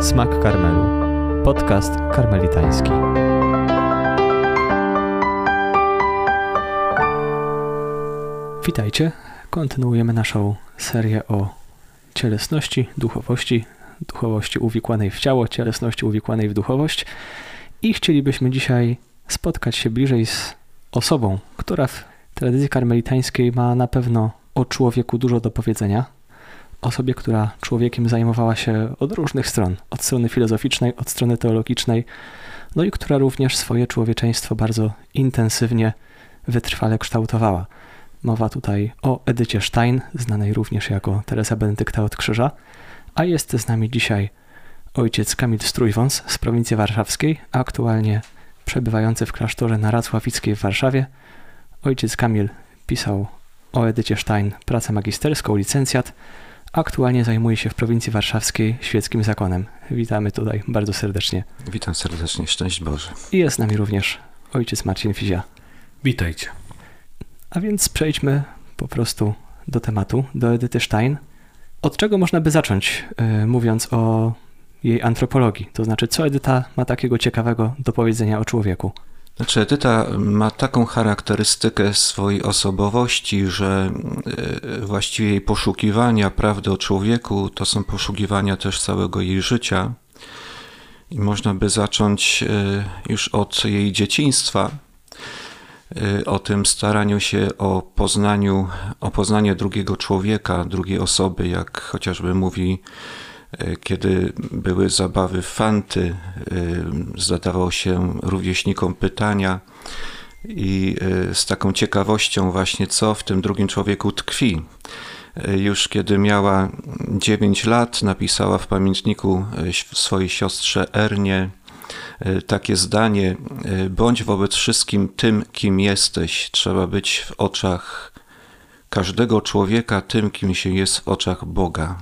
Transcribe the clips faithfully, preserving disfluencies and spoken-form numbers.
Smak Karmelu. Podcast karmelitański. Witajcie. Kontynuujemy naszą serię o cielesności, duchowości, duchowości uwikłanej w ciało, cielesności uwikłanej w duchowość i chcielibyśmy dzisiaj spotkać się bliżej z osobą, która w tradycji karmelitańskiej ma na pewno o człowieku dużo do powiedzenia. Osobie, która człowiekiem zajmowała się od różnych stron, od strony filozoficznej, od strony teologicznej, no i która również swoje człowieczeństwo bardzo intensywnie, wytrwale kształtowała. Mowa tutaj o Edycie Stein, znanej również jako Teresa Benedykta od Krzyża, a jest z nami dzisiaj ojciec Kamil Strójwąs z prowincji warszawskiej, aktualnie przebywający w klasztorze na Racławickiej w Warszawie. Ojciec Kamil pisał o Edycie Stein pracę magisterską, licencjat. Aktualnie zajmuje się w prowincji warszawskiej świeckim zakonem. Witamy tutaj bardzo serdecznie. Witam serdecznie, szczęść Boże. I jest z nami również ojciec Marcin Fizia. Witajcie. A więc przejdźmy po prostu do tematu, do Edyty Stein. Od czego można by zacząć, yy, mówiąc o jej antropologii? To znaczy, co Edyta ma takiego ciekawego do powiedzenia o człowieku? Znaczy, Edyta ma taką charakterystykę swojej osobowości, że właściwie jej poszukiwania prawdy o człowieku to są poszukiwania też całego jej życia. I można by zacząć już od jej dzieciństwa, o tym staraniu się o poznaniu, o poznanie drugiego człowieka, drugiej osoby, jak chociażby mówi, kiedy były zabawy w fanty, zadawał się rówieśnikom pytania i z taką ciekawością właśnie, co w tym drugim człowieku tkwi. Już kiedy miała dziewięć lat, napisała w pamiętniku swojej siostrze Ernie takie zdanie: bądź wobec wszystkim tym, kim jesteś. Trzeba być w oczach każdego człowieka tym, kim się jest w oczach Boga.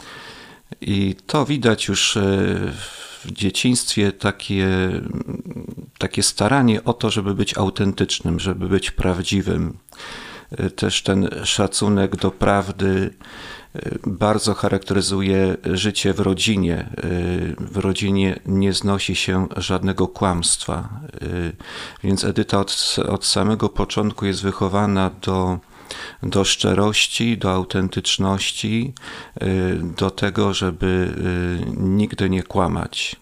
I to widać już w dzieciństwie, takie, takie staranie o to, żeby być autentycznym, żeby być prawdziwym. Też ten szacunek do prawdy bardzo charakteryzuje życie w rodzinie. W rodzinie nie znosi się żadnego kłamstwa. Więc Edyta od, od samego początku jest wychowana do do szczerości, do autentyczności, do tego, żeby nigdy nie kłamać.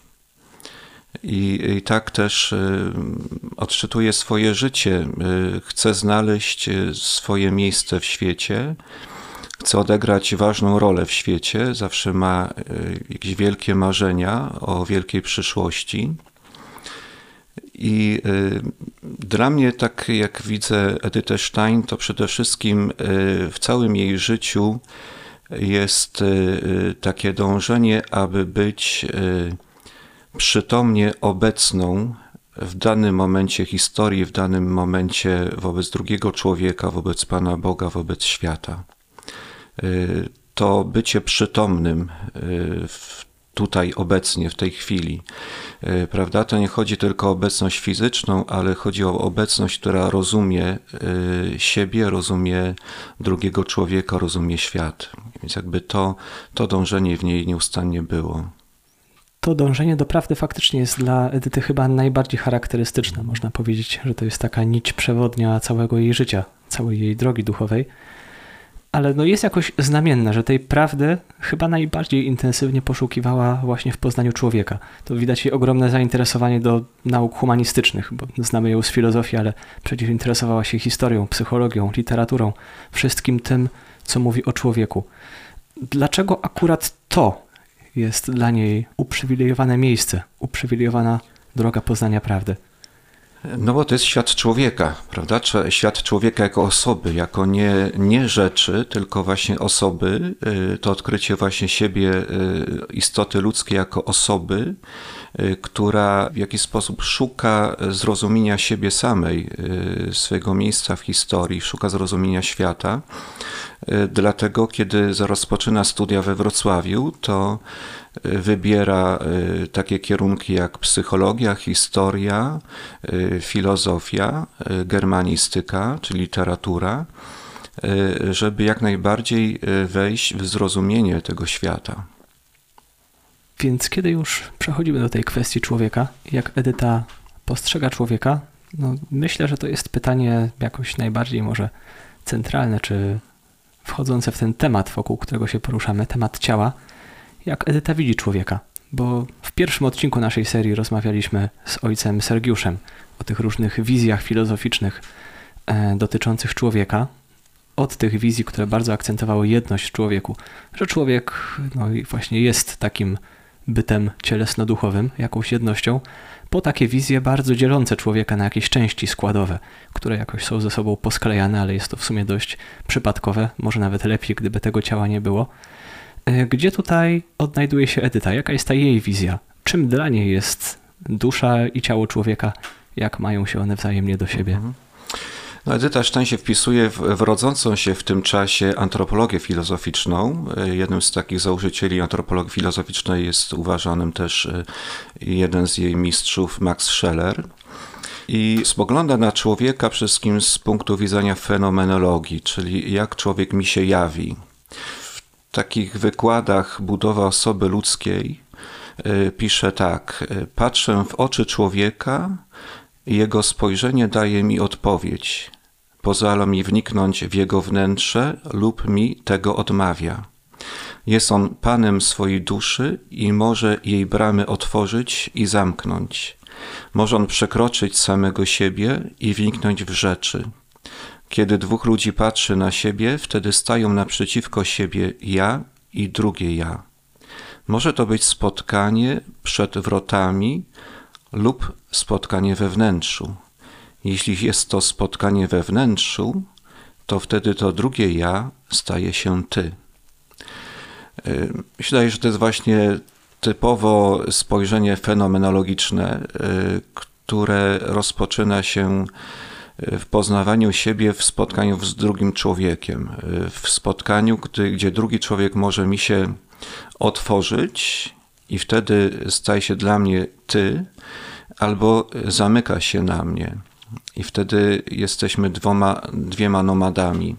I, i tak też odczytuje swoje życie. Chce znaleźć swoje miejsce w świecie, chce odegrać ważną rolę w świecie, zawsze ma jakieś wielkie marzenia o wielkiej przyszłości. I y, dla mnie, tak jak widzę Edytę Stein, to przede wszystkim y, w całym jej życiu jest y, takie dążenie, aby być y, przytomnie obecną w danym momencie historii, w danym momencie wobec drugiego człowieka, wobec Pana Boga, wobec świata. Y, to bycie przytomnym y, w tutaj obecnie, w tej chwili. Prawda? To nie chodzi tylko o obecność fizyczną, ale chodzi o obecność, która rozumie siebie, rozumie drugiego człowieka, rozumie świat. Więc jakby to, to dążenie w niej nieustannie było. To dążenie do prawdy faktycznie jest dla Edyty chyba najbardziej charakterystyczne. Można powiedzieć, że to jest taka nić przewodnia całego jej życia, całej jej drogi duchowej. Ale no jest jakoś znamienne, że tej prawdy chyba najbardziej intensywnie poszukiwała właśnie w poznaniu człowieka. To widać jej ogromne zainteresowanie do nauk humanistycznych, bo znamy ją z filozofii, ale przecież interesowała się historią, psychologią, literaturą, wszystkim tym, co mówi o człowieku. Dlaczego akurat to jest dla niej uprzywilejowane miejsce, uprzywilejowana droga poznania prawdy? No bo to jest świat człowieka, prawda? Świat człowieka jako osoby, jako nie, nie rzeczy, tylko właśnie osoby. To odkrycie właśnie siebie, istoty ludzkiej jako osoby, która w jakiś sposób szuka zrozumienia siebie samej, swojego miejsca w historii, szuka zrozumienia świata. Dlatego, kiedy rozpoczyna studia we Wrocławiu, to wybiera takie kierunki jak psychologia, historia, filozofia, germanistyka, czy literatura, żeby jak najbardziej wejść w zrozumienie tego świata. Więc kiedy już przechodzimy do tej kwestii człowieka, jak Edyta postrzega człowieka, no myślę, że to jest pytanie jakoś najbardziej może centralne, czy wchodzące w ten temat, wokół którego się poruszamy, temat ciała, jak Edyta widzi człowieka. Bo w pierwszym odcinku naszej serii rozmawialiśmy z ojcem Sergiuszem o tych różnych wizjach filozoficznych e, dotyczących człowieka. Od tych wizji, które bardzo akcentowały jedność w człowieku, że człowiek no, i właśnie jest takim bytem cielesno-duchowym, jakąś jednością, po takie wizje bardzo dzielące człowieka na jakieś części składowe, które jakoś są ze sobą posklejane, ale jest to w sumie dość przypadkowe, może nawet lepiej, gdyby tego ciała nie było. Gdzie tutaj odnajduje się Edyta? Jaka jest ta jej wizja? Czym dla niej jest dusza i ciało człowieka? Jak mają się one wzajemnie do siebie? Mhm. No, Edyta Stein się wpisuje w, w rodzącą się w tym czasie antropologię filozoficzną. Jednym z takich założycieli antropologii filozoficznej jest uważanym też jeden z jej mistrzów, Max Scheler. I spogląda na człowieka przede wszystkim z punktu widzenia fenomenologii, czyli jak człowiek mi się jawi. W takich wykładach Budowa osoby ludzkiej pisze tak: patrzę w oczy człowieka, jego spojrzenie daje mi odpowiedź. Pozwala mi wniknąć w jego wnętrze lub mi tego odmawia. Jest on panem swojej duszy i może jej bramy otworzyć i zamknąć. Może on przekroczyć samego siebie i wniknąć w rzeczy. Kiedy dwóch ludzi patrzy na siebie, wtedy stają naprzeciwko siebie ja i drugie ja. Może to być spotkanie przed wrotami lub spotkanie we wnętrzu. Jeśli jest to spotkanie we wnętrzu, to wtedy to drugie ja staje się ty. Myślę, że to jest właśnie typowo spojrzenie fenomenologiczne, które rozpoczyna się w poznawaniu siebie w spotkaniu z drugim człowiekiem. W spotkaniu, gdy, gdzie drugi człowiek może mi się otworzyć i wtedy staje się dla mnie ty, albo zamyka się na mnie. I wtedy jesteśmy dwoma, dwiema nomadami.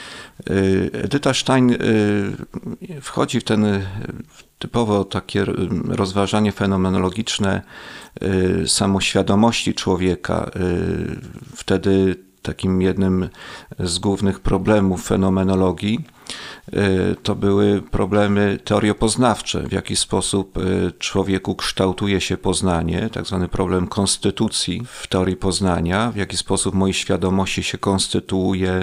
Edyta Stein wchodzi w ten typowo takie rozważanie fenomenologiczne samoświadomości człowieka. Wtedy takim jednym z głównych problemów fenomenologii to były problemy teoriopoznawcze, w jaki sposób człowieku kształtuje się poznanie, tak zwany problem konstytucji w teorii poznania, w jaki sposób mojej świadomości się konstytuuje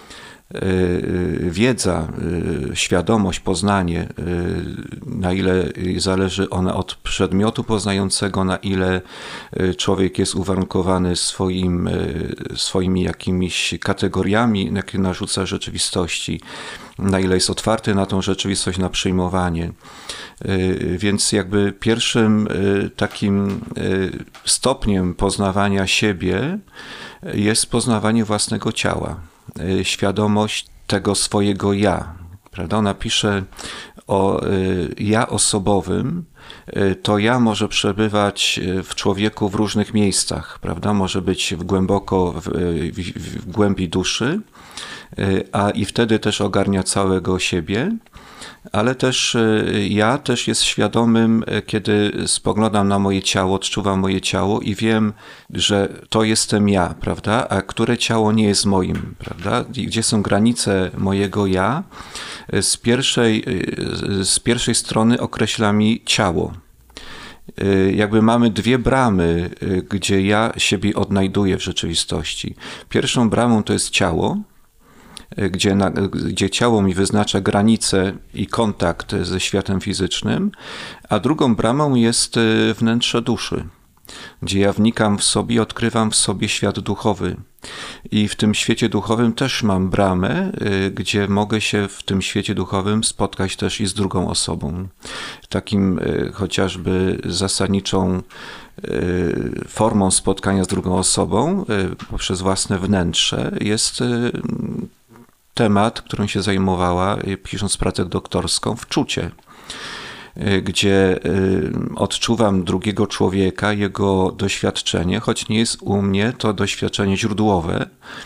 wiedza, świadomość, poznanie, na ile zależy ona od przedmiotu poznającego, na ile człowiek jest uwarunkowany swoim, swoimi jakimiś kategoriami, jakie narzuca rzeczywistości, na ile jest otwarty na tą rzeczywistość, na przyjmowanie. Więc jakby pierwszym takim stopniem poznawania siebie jest poznawanie własnego ciała. Świadomość tego swojego ja. Prawda? Ona pisze o ja osobowym. To ja może przebywać w człowieku w różnych miejscach. Prawda? Może być głęboko w, w, w głębi duszy, a i wtedy też ogarnia całego siebie. Ale też ja też jest świadomym, kiedy spoglądam na moje ciało, odczuwam moje ciało i wiem, że to jestem ja, prawda? A które ciało nie jest moim, prawda? I gdzie są granice mojego ja? Z pierwszej, z pierwszej strony określa mi ciało. Jakby mamy dwie bramy, gdzie ja siebie odnajduję w rzeczywistości. Pierwszą bramą to jest ciało, Gdzie, na, gdzie ciało mi wyznacza granice i kontakt ze światem fizycznym, a drugą bramą jest wnętrze duszy, gdzie ja wnikam w sobie, odkrywam w sobie świat duchowy. I w tym świecie duchowym też mam bramę, gdzie mogę się w tym świecie duchowym spotkać też i z drugą osobą. Takim chociażby zasadniczą formą spotkania z drugą osobą poprzez własne wnętrze jest temat, którym się zajmowała, pisząc pracę doktorską, wczucie, gdzie odczuwam drugiego człowieka, jego doświadczenie, choć nie jest u mnie to doświadczenie źródłowe,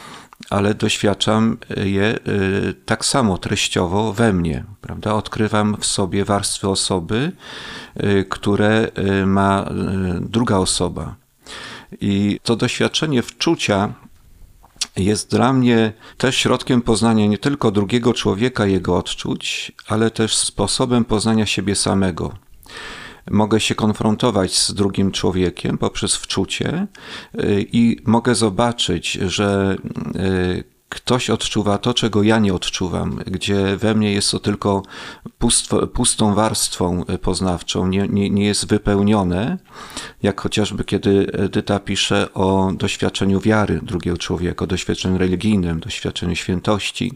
ale doświadczam je tak samo treściowo we mnie, prawda? Odkrywam w sobie warstwy osoby, które ma druga osoba. I to doświadczenie wczucia jest dla mnie też środkiem poznania nie tylko drugiego człowieka, jego odczuć, ale też sposobem poznania siebie samego. Mogę się konfrontować z drugim człowiekiem poprzez wczucie i mogę zobaczyć, że ktoś odczuwa to, czego ja nie odczuwam, gdzie we mnie jest to tylko pustwo, pustą warstwą poznawczą, nie, nie, nie jest wypełnione, jak chociażby kiedy Edyta pisze o doświadczeniu wiary drugiego człowieka, o doświadczeniu religijnym, doświadczeniu świętości,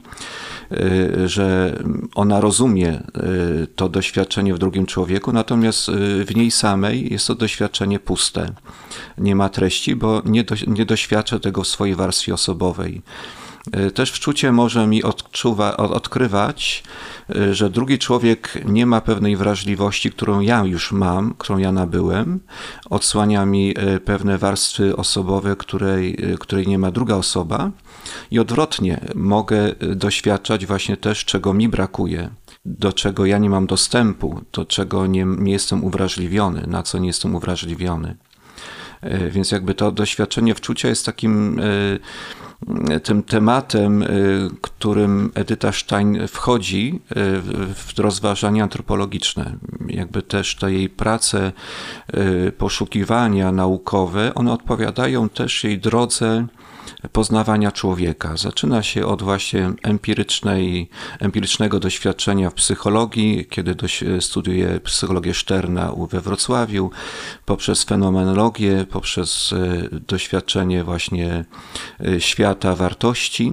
że ona rozumie to doświadczenie w drugim człowieku, natomiast w niej samej jest to doświadczenie puste. Nie ma treści, bo nie, do, nie doświadcza tego w swojej warstwie osobowej. Też wczucie może mi odczuwa, odkrywać, że drugi człowiek nie ma pewnej wrażliwości, którą ja już mam, którą ja nabyłem. Odsłania mi pewne warstwy osobowe, której, której nie ma druga osoba. I odwrotnie, mogę doświadczać właśnie też, czego mi brakuje, do czego ja nie mam dostępu, do czego nie, nie jestem uwrażliwiony, na co nie jestem uwrażliwiony. Więc jakby to doświadczenie wczucia jest takim tym tematem, którym Edyta Stein wchodzi w rozważania antropologiczne. Jakby też te jej prace, poszukiwania naukowe, one odpowiadają też jej drodze poznawania człowieka. Zaczyna się od właśnie empirycznej, empirycznego doświadczenia w psychologii, kiedy dość, studiuje psychologię Szterna we Wrocławiu, poprzez fenomenologię, poprzez doświadczenie właśnie świata wartości,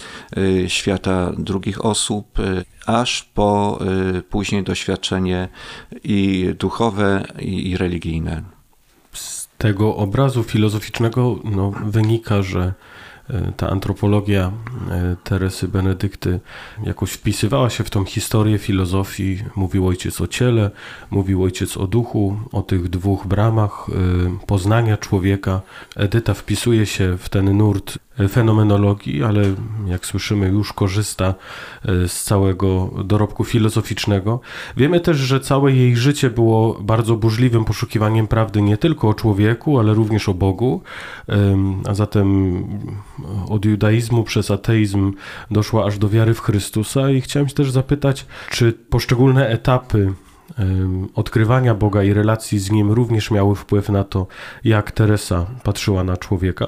świata drugich osób, aż po później doświadczenie i duchowe, i, i religijne. Z tego obrazu filozoficznego no, wynika, że ta antropologia Teresy Benedykty jakoś wpisywała się w tą historię filozofii. Mówił ojciec o ciele, mówił ojciec o duchu, o tych dwóch bramach poznania człowieka. Edyta wpisuje się w ten nurt fenomenologii, ale jak słyszymy już korzysta z całego dorobku filozoficznego. Wiemy też, że całe jej życie było bardzo burzliwym poszukiwaniem prawdy nie tylko o człowieku, ale również o Bogu, a zatem od judaizmu przez ateizm doszła aż do wiary w Chrystusa i chciałem się też zapytać, czy poszczególne etapy odkrywania Boga i relacji z Nim również miały wpływ na to, jak Teresa patrzyła na człowieka?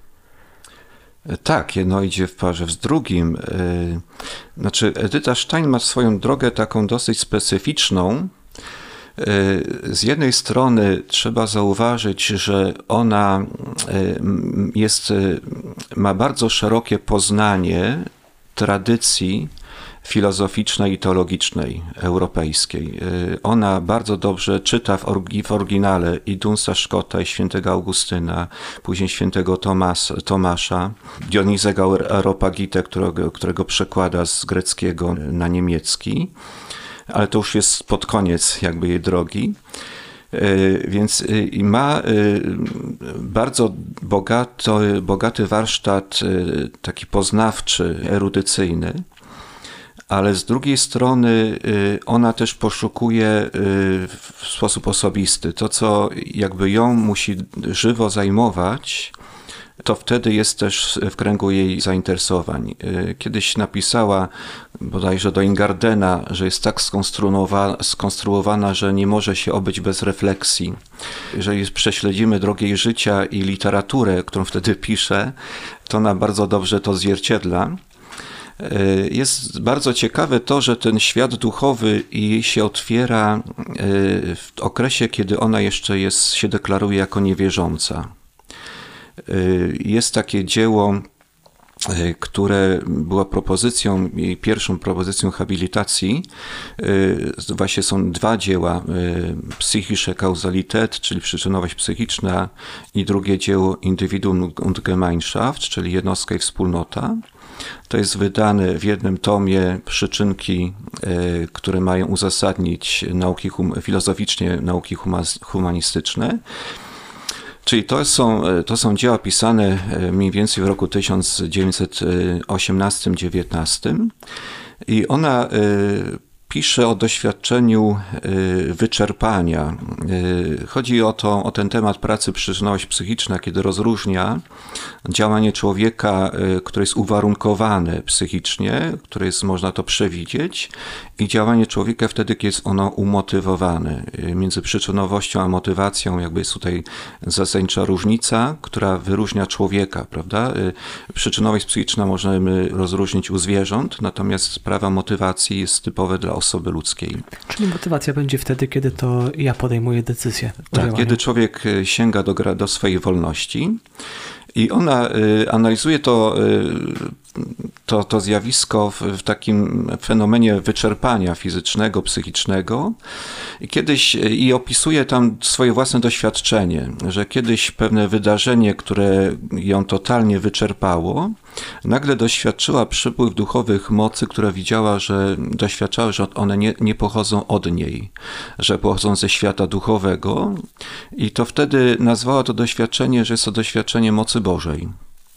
Tak, jedno idzie w parze z drugim. Znaczy, Edyta Stein ma swoją drogę taką dosyć specyficzną. Z jednej strony trzeba zauważyć, że ona jest, ma bardzo szerokie poznanie tradycji filozoficznej i teologicznej europejskiej. Ona bardzo dobrze czyta w, orgi, w oryginale i Dunsa Scotta, i świętego Augustyna, później świętego Tomas, Tomasza, Dionizego Areopagitę, którego, którego przekłada z greckiego na niemiecki, ale to już jest pod koniec jakby jej drogi. Więc ma bardzo bogaty, bogaty warsztat taki poznawczy, erudycyjny, ale z drugiej strony ona też poszukuje w sposób osobisty. To, co jakby ją musi żywo zajmować, to wtedy jest też w kręgu jej zainteresowań. Kiedyś napisała bodajże do Ingardena, że jest tak skonstruowana, skonstruowana, że nie może się obyć bez refleksji. Jeżeli prześledzimy drogę jej życia i literaturę, którą wtedy pisze, to ona bardzo dobrze to odzwierciedla. Jest bardzo ciekawe to, że ten świat duchowy jej się otwiera w okresie, kiedy ona jeszcze jest, się deklaruje jako niewierząca. Jest takie dzieło, które było propozycją, jej pierwszą propozycją habilitacji. Właśnie są dwa dzieła, Psychische Kausalität, czyli przyczynowość psychiczna, i drugie dzieło Individuum und Gemeinschaft, czyli jednostka i wspólnota. To jest wydane w jednym tomie przyczynki, które mają uzasadnić nauki hum, filozoficznie nauki humanistyczne. Czyli to są, to są dzieła pisane mniej więcej w roku tysiąc dziewięćset osiemnastym dziewiętnastym i ona pisze o doświadczeniu wyczerpania. Chodzi o, to, o ten temat pracy przyczynowość psychiczna, kiedy rozróżnia działanie człowieka, które jest uwarunkowane psychicznie, które jest, można to przewidzieć, i działanie człowieka wtedy, kiedy jest ono umotywowane. Między przyczynowością a motywacją jakby jest tutaj zasadnicza różnica, która wyróżnia człowieka, prawda? Przyczynowość psychiczna możemy rozróżnić u zwierząt, natomiast sprawa motywacji jest typowe dla osoby ludzkiej. Czyli motywacja będzie wtedy, kiedy to ja podejmuję decyzję. Tak, kiedy człowiek sięga do, do swojej wolności i ona y, analizuje to, y, to, to zjawisko w, w takim fenomenie wyczerpania fizycznego, psychicznego i kiedyś i opisuje tam swoje własne doświadczenie, że kiedyś pewne wydarzenie, które ją totalnie wyczerpało, nagle doświadczyła przypływ duchowych mocy, która widziała, że doświadczała, że one nie, nie pochodzą od niej, że pochodzą ze świata duchowego i to wtedy nazwała to doświadczenie, że jest to doświadczenie mocy Bożej.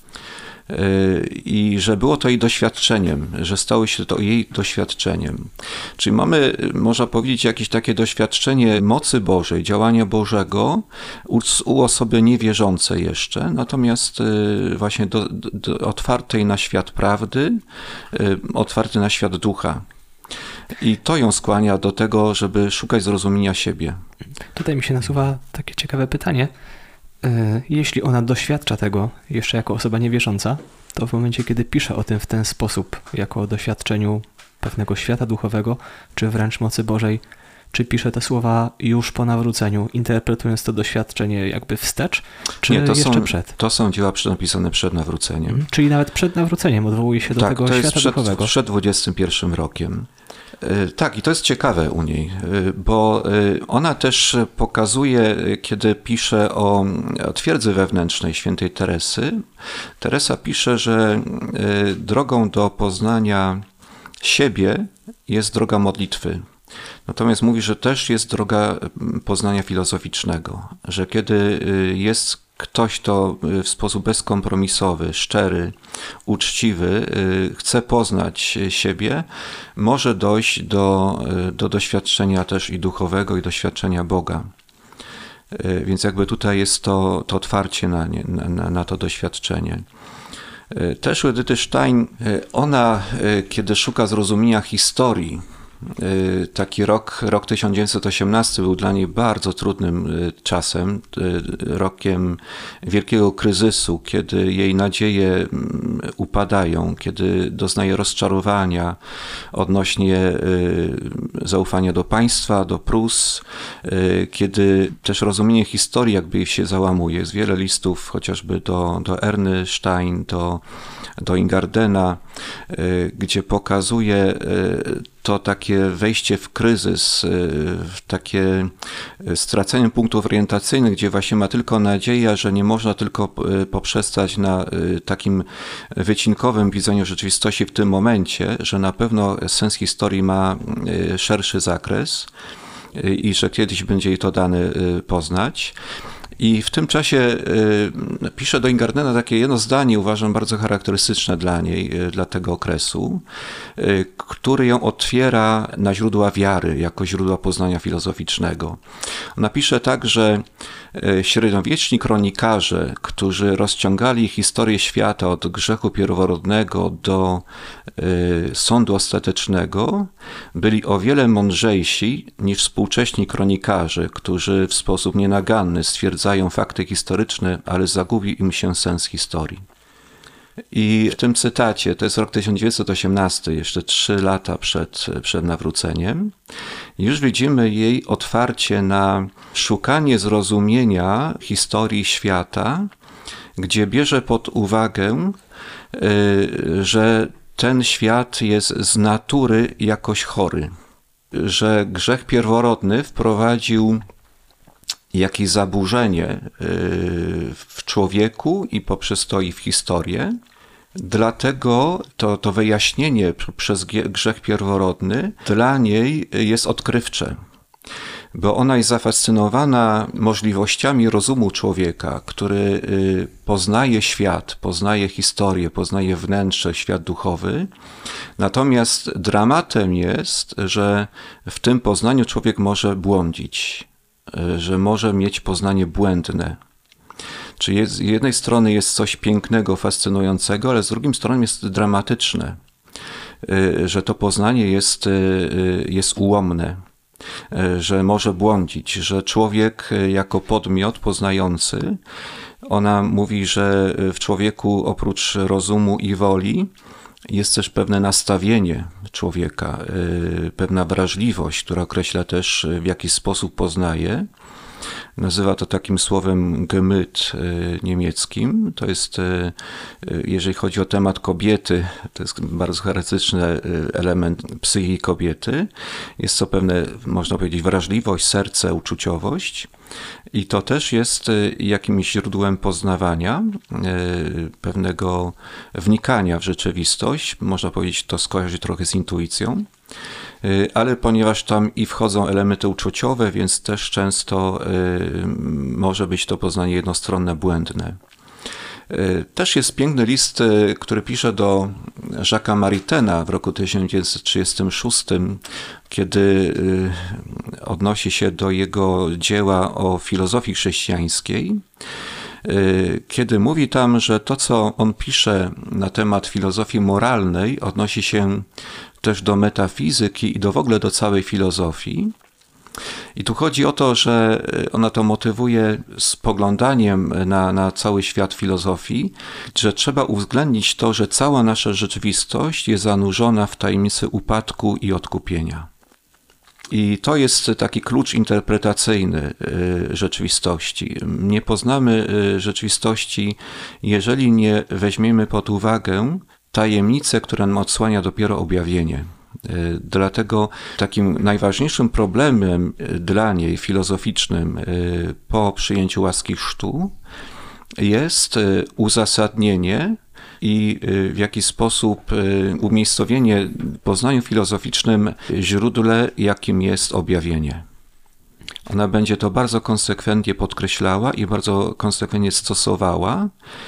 I że było to jej doświadczeniem, że stało się to jej doświadczeniem. Czyli mamy, można powiedzieć, jakieś takie doświadczenie mocy Bożej, działania Bożego u, u osoby niewierzącej jeszcze, natomiast właśnie do, do, otwartej na świat prawdy, otwartej na świat ducha. I to ją skłania do tego, żeby szukać zrozumienia siebie. Tutaj mi się nasuwa takie ciekawe pytanie. Jeśli ona doświadcza tego jeszcze jako osoba niewierząca, to w momencie, kiedy pisze o tym w ten sposób, jako o doświadczeniu pewnego świata duchowego, czy wręcz mocy Bożej, czy pisze te słowa już po nawróceniu, interpretując to doświadczenie jakby wstecz, czy Nie, to jeszcze są, przed? To są dzieła napisane przed nawróceniem. Hmm, czyli nawet przed nawróceniem odwołuje się do tak, tego to świata jest przed, duchowego. przed dwudziestym pierwszym rokiem. Tak, i to jest ciekawe u niej, bo ona też pokazuje, kiedy pisze o, o twierdzy wewnętrznej świętej Teresy. Teresa pisze, że drogą do poznania siebie jest droga modlitwy. Natomiast mówi, że też jest droga poznania filozoficznego, że kiedy jest ktoś, kto w sposób bezkompromisowy, szczery, uczciwy chce poznać siebie, może dojść do, do doświadczenia też i duchowego, i doświadczenia Boga. Więc jakby tutaj jest to, to otwarcie na, nie, na, na to doświadczenie. Też u Edyty Stein, ona, kiedy szuka zrozumienia historii, taki rok, rok tysiąc dziewięćset osiemnasty był dla niej bardzo trudnym czasem, rokiem wielkiego kryzysu, kiedy jej nadzieje upadają, kiedy doznaje rozczarowania odnośnie zaufania do państwa, do Prus, kiedy też rozumienie historii jakby się załamuje. Jest wiele listów chociażby do, do Erny Stein, do, do Ingardena, gdzie pokazuje to takie wejście w kryzys, w takie stracenie punktów orientacyjnych, gdzie właśnie ma tylko nadzieję, że nie można tylko poprzestać na takim wycinkowym widzeniu rzeczywistości w tym momencie, że na pewno sens historii ma szerszy zakres i że kiedyś będzie jej to dane poznać. I w tym czasie y, pisze do Ingardena takie jedno zdanie, uważam bardzo charakterystyczne dla niej, y, dla tego okresu, y, który ją otwiera na źródła wiary, jako źródła poznania filozoficznego. Ona pisze tak, że y, średniowieczni kronikarze, którzy rozciągali historię świata od grzechu pierworodnego do y, sądu ostatecznego, byli o wiele mądrzejsi niż współcześni kronikarze, którzy w sposób nienaganny stwierdzają fakty historyczne, ale zagubił im się sens historii. I w tym cytacie, to jest rok tysiąc dziewięćset osiemnasty, jeszcze trzy lata przed, przed nawróceniem, już widzimy jej otwarcie na szukanie zrozumienia historii świata, gdzie bierze pod uwagę, że ten świat jest z natury jakoś chory, że grzech pierworodny wprowadził jakieś zaburzenie w człowieku i poprzez to i w historię. Dlatego to, to wyjaśnienie przez grzech pierworodny dla niej jest odkrywcze. bo ona jest zafascynowana możliwościami rozumu człowieka, który poznaje świat, poznaje historię, poznaje wnętrze, świat duchowy. Natomiast dramatem jest, że w tym poznaniu człowiek może błądzić, że może mieć poznanie błędne. Czyli z jednej strony jest coś pięknego, fascynującego, ale z drugiej strony jest dramatyczne, że to poznanie jest, jest ułomne, że może błądzić, że człowiek jako podmiot poznający, ona mówi, że w człowieku oprócz rozumu i woli jest też pewne nastawienie człowieka, pewna wrażliwość, która określa też, w jaki sposób poznaje. Nazywa to takim słowem Gemüt niemieckim. To jest, jeżeli chodzi o temat kobiety, to jest bardzo charakterystyczny element psychiki kobiety. Jest to pewne, można powiedzieć, wrażliwość, serce, uczuciowość. I to też jest jakimś źródłem poznawania, pewnego wnikania w rzeczywistość. Można powiedzieć, to skojarzy trochę z intuicją. Ale ponieważ tam i wchodzą elementy uczuciowe, więc też często może być to poznanie jednostronne, błędne. Też jest piękny list, który pisze do Jacques'a Maritaina w roku tysiąc dziewięćset trzydziestym szóstym, kiedy odnosi się do jego dzieła o filozofii chrześcijańskiej, kiedy mówi tam, że to, co on pisze na temat filozofii moralnej, odnosi się też do metafizyki i do w ogóle do całej filozofii. I tu chodzi o to, że ona to motywuje spoglądaniem na, na cały świat filozofii, że trzeba uwzględnić to, że cała nasza rzeczywistość jest zanurzona w tajemnicy upadku i odkupienia. I to jest taki klucz interpretacyjny rzeczywistości. Nie poznamy rzeczywistości, jeżeli nie weźmiemy pod uwagę tajemnicę, która nam odsłania dopiero objawienie. Dlatego takim najważniejszym problemem dla niej filozoficznym po przyjęciu łaski chrztu jest uzasadnienie i w jaki sposób umiejscowienie w poznaniu filozoficznym źródle, jakim jest objawienie. Ona będzie to bardzo konsekwentnie podkreślała i bardzo konsekwentnie stosowała,